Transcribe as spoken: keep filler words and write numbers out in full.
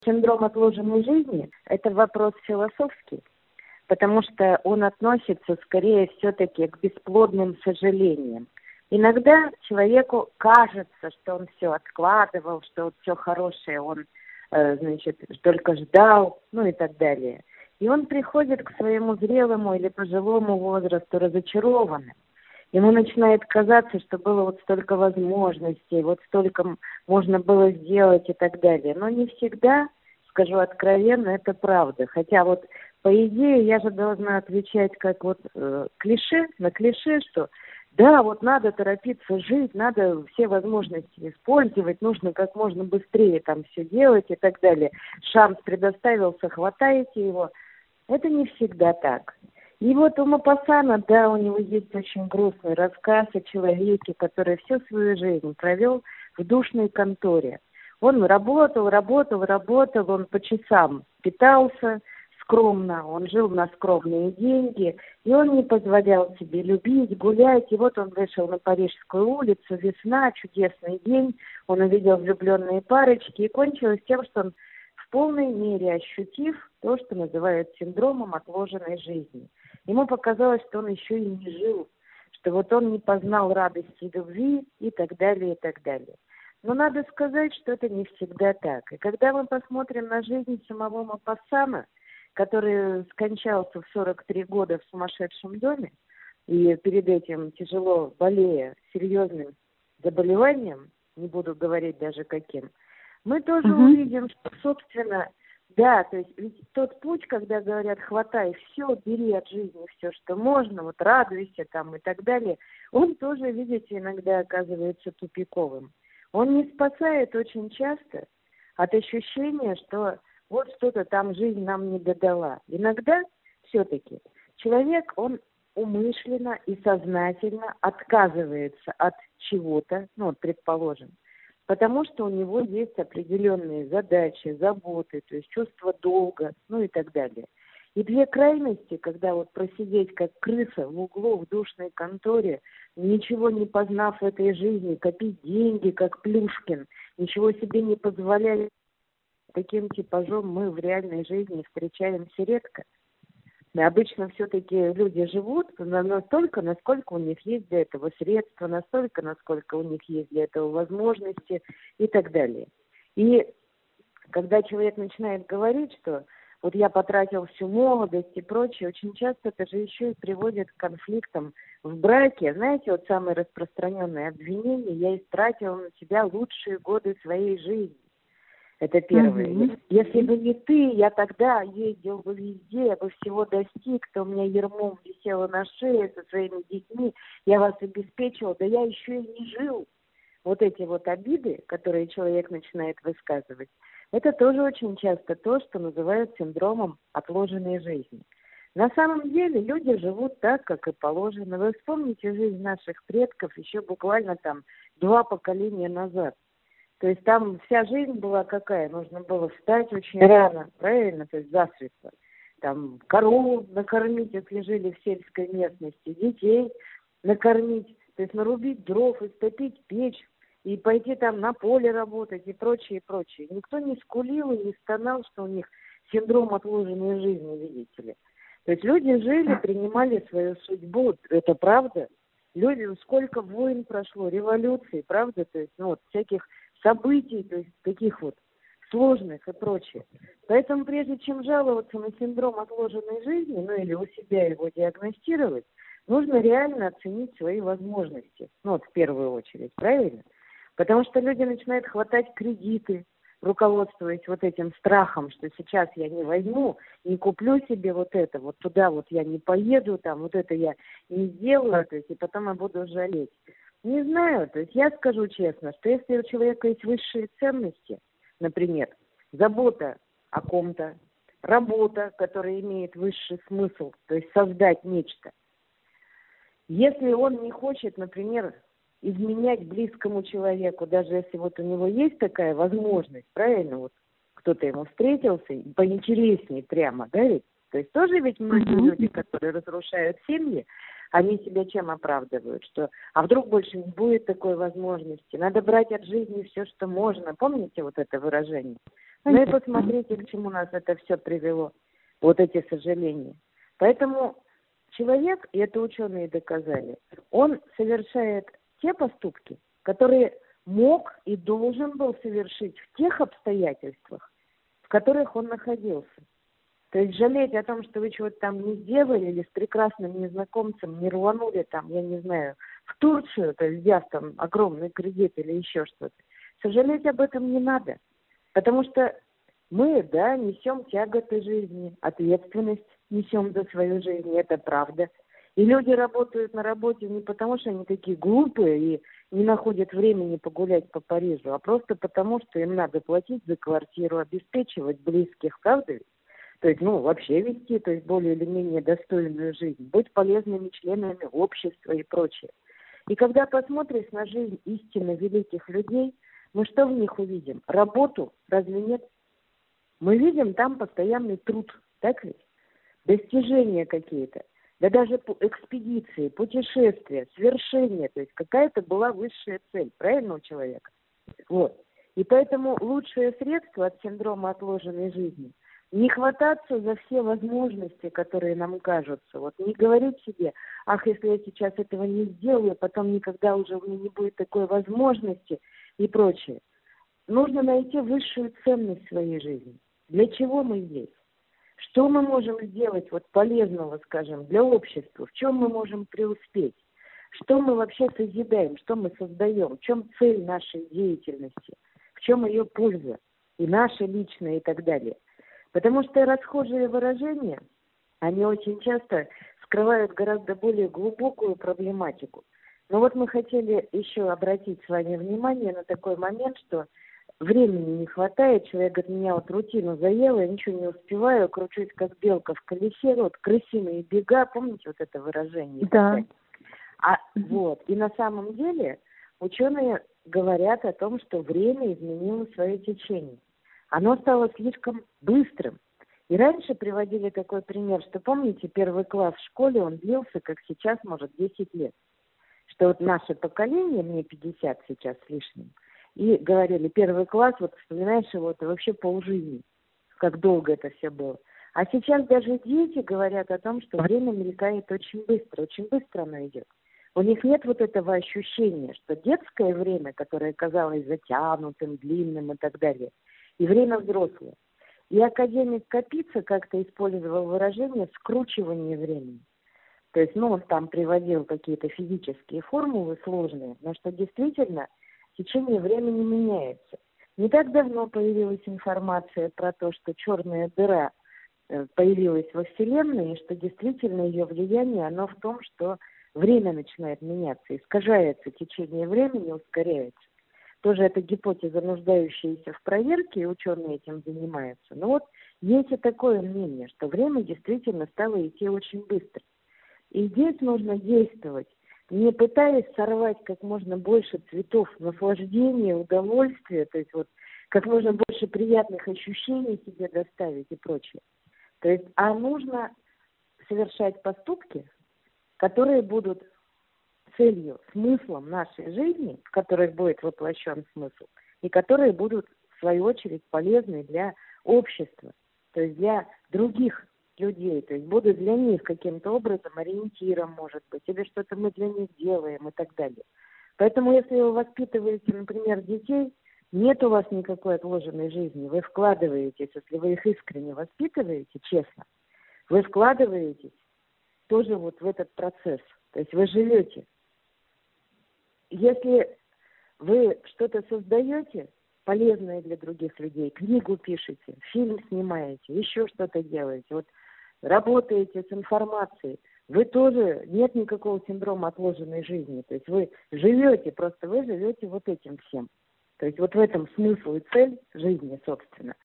Синдром отложенной жизни – это вопрос философский, потому что он относится скорее все-таки к бесплодным сожалениям. Иногда человеку кажется, что он все откладывал, что вот все хорошее он, э, значит, только ждал, ну и так далее. И он приходит к своему зрелому или пожилому возрасту разочарованным. Ему начинает казаться, что было вот столько возможностей, вот столько можно было сделать и так далее. Но не всегда, скажу откровенно, это правда. Хотя вот по идее я же должна отвечать как вот э, клише, на клише, что да, вот надо торопиться жить, надо все возможности использовать, нужно как можно быстрее там все делать и так далее. Шанс предоставился, хватаете его. Это не всегда так. И вот у Мопассана, да, у него есть очень грустный рассказ о человеке, который всю свою жизнь провел в душной конторе. Он работал, работал, работал, он по часам питался скромно, он жил на скромные деньги, и он не позволял себе любить, гулять. И вот он вышел на Парижскую улицу, весна, чудесный день, он увидел влюбленные парочки, и кончилось тем, что он в полной мере ощутив то, что называют синдромом отложенной жизни. Ему показалось, что он еще и не жил, что вот он не познал радости любви и так далее, и так далее. Но надо сказать, что это не всегда так. И когда мы посмотрим на жизнь самого Мопассана, который скончался в сорок три года в сумасшедшем доме, и перед этим тяжело болея серьезным заболеванием, не буду говорить даже каким, мы тоже Угу. увидим, что, собственно, да, то есть ведь тот путь, когда говорят, хватай все, бери от жизни все, что можно, вот радуйся там и так далее, он тоже, видите, иногда оказывается тупиковым. Он не спасает очень часто от ощущения, что вот что-то там жизнь нам не додала. Иногда все-таки человек, он умышленно и сознательно отказывается от чего-то, ну, вот, предположим, потому что у него есть определенные задачи, заботы, то есть чувство долга, ну и так далее. И две крайности, когда вот просидеть как крыса в углу в душной конторе, ничего не познав в этой жизни, копить деньги, как Плюшкин, ничего себе не позволять, таким типажом мы в реальной жизни встречаемся редко. Да, обычно все-таки люди живут настолько, насколько у них есть для этого средства, настолько, насколько у них есть для этого возможности и так далее. И когда человек начинает говорить, что вот я потратил всю молодость и прочее, очень часто это же еще и приводит к конфликтам в браке. Знаете, вот самое распространенное обвинение: я истратил на себя лучшие годы своей жизни. Это первое. Mm-hmm. Если бы не ты, я тогда ездил бы везде, я бы всего достиг, то у меня ермом висело на шее со своими детьми, я вас обеспечивал, да я еще и не жил. Вот эти вот обиды, которые человек начинает высказывать, это тоже очень часто то, что называют синдромом отложенной жизни. На самом деле люди живут так, как и положено. Вы вспомните жизнь наших предков еще буквально там два поколения назад. То есть там вся жизнь была какая? Нужно было встать очень рано, правильно? То есть засветло. Там корову накормить, если жили в сельской местности, детей накормить, то есть нарубить дров, истопить печь, и пойти там на поле работать и прочее, и прочее. Никто не скулил и не стонал, что у них синдром отложенной жизни, видите ли. То есть люди жили, принимали свою судьбу, это правда. Люди, сколько войн прошло, революций, правда? То есть, ну вот, всяких событий, то есть таких вот сложных и прочее. Поэтому прежде чем жаловаться на синдром отложенной жизни, ну или у себя его диагностировать, нужно реально оценить свои возможности. Ну вот в первую очередь, правильно? Потому что люди начинают хватать кредиты, руководствуясь вот этим страхом, что сейчас я не возьму, не куплю себе вот это, вот туда вот я не поеду, там вот это я не сделаю, то есть и потом я буду жалеть. Не знаю, то есть я скажу честно, что если у человека есть высшие ценности, например, забота о ком-то, работа, которая имеет высший смысл, то есть создать нечто. Если он не хочет, например, изменять близкому человеку, даже если вот у него есть такая возможность, правильно, вот кто-то ему встретился, поинтереснее прямо, да ведь? То есть тоже ведь многие uh-huh. люди, которые разрушают семьи, они себя чем оправдывают? Что, а вдруг больше не будет такой возможности? Надо брать от жизни все, что можно. Помните вот это выражение? Ну и Понятно. посмотрите, к чему нас это все привело, вот эти сожаления. Поэтому человек, и это ученые доказали, он совершает те поступки, которые мог и должен был совершить в тех обстоятельствах, в которых он находился. То есть жалеть о том, что вы чего-то там не сделали или с прекрасным незнакомцем не рванули там, я не знаю, в Турцию, то есть взяв там огромный кредит или еще что-то. Сожалеть об этом не надо. Потому что мы, да, несем тяготы жизни, ответственность несем за свою жизнь, это правда. И люди работают на работе не потому, что они такие глупые и не находят времени погулять по Парижу, а просто потому, что им надо платить за квартиру, обеспечивать близких, правда ведь? То есть, ну, вообще вести, то есть более или менее достойную жизнь, быть полезными членами общества и прочее. И когда посмотришь на жизнь истинно великих людей, мы что в них увидим? Работу? Разве нет? Мы видим там постоянный труд, так ведь? Достижения какие-то. Да даже экспедиции, путешествия, свершения. То есть какая-то была высшая цель, правильно, у человека? Вот. И поэтому лучшее средство от синдрома отложенной жизни – не хвататься за все возможности, которые нам кажутся. Вот не говорить себе, ах, если я сейчас этого не сделаю, потом никогда уже у меня не будет такой возможности и прочее. Нужно найти высшую ценность в своей жизни. Для чего мы здесь? Что мы можем сделать вот полезного, скажем, для общества? В чем мы можем преуспеть? Что мы вообще созидаем? Что мы создаем? В чем цель нашей деятельности? В чем ее польза? И наша личная, и так далее. Потому что расхожие выражения, они очень часто скрывают гораздо более глубокую проблематику. Но вот мы хотели еще обратить с вами внимание на такой момент, что времени не хватает. Человек говорит, меня вот рутину заела, я ничего не успеваю, кручусь как белка в колесе, вот крысиные бега, помните вот это выражение? Да. А вот, и на самом деле ученые говорят о том, что время изменило свое течение. Оно стало слишком быстрым. И раньше приводили такой пример, что, помните, первый класс в школе, он длился, как сейчас, может, десять лет. Что вот наше поколение, мне пятьдесят сейчас с лишним, и говорили, первый класс, вот вспоминаешь его, это вообще полжизни, как долго это все было. А сейчас даже дети говорят о том, что время мелькает очень быстро, очень быстро оно идет. У них нет вот этого ощущения, что детское время, которое казалось затянутым, длинным и так далее, и время взрослое. И академик Капица как-то использовал выражение «скручивание времени». То есть, ну, он там приводил какие-то физические формулы сложные, но что действительно течение времени меняется. Не так давно появилась информация про то, что черная дыра появилась во Вселенной, и что действительно ее влияние, оно в том, что время начинает меняться, искажается течение времени, ускоряется. Тоже это гипотеза, нуждающаяся в проверке, и ученые этим занимаются. Но вот есть и такое мнение, что время действительно стало идти очень быстро. И здесь нужно действовать, не пытаясь сорвать как можно больше цветов наслаждения, удовольствия, то есть вот как можно больше приятных ощущений себе доставить и прочее. То есть, а нужно совершать поступки, которые будут целью, смыслом нашей жизни, в которых будет воплощен смысл, и которые будут, в свою очередь, полезны для общества, то есть для других людей, то есть будут для них каким-то образом ориентиром, может быть, или что-то мы для них делаем и так далее. Поэтому, если вы воспитываете, например, детей, нет у вас никакой отложенной жизни, вы вкладываетесь, если вы их искренне воспитываете, честно, вы вкладываетесь тоже вот в этот процесс, то есть вы живете. Если вы что-то создаете, полезное для других людей, книгу пишете, фильм снимаете, еще что-то делаете, вот работаете с информацией, вы тоже, нет никакого синдрома отложенной жизни, то есть вы живете, просто вы живете вот этим всем. То есть вот в этом смысл и цель жизни, собственно.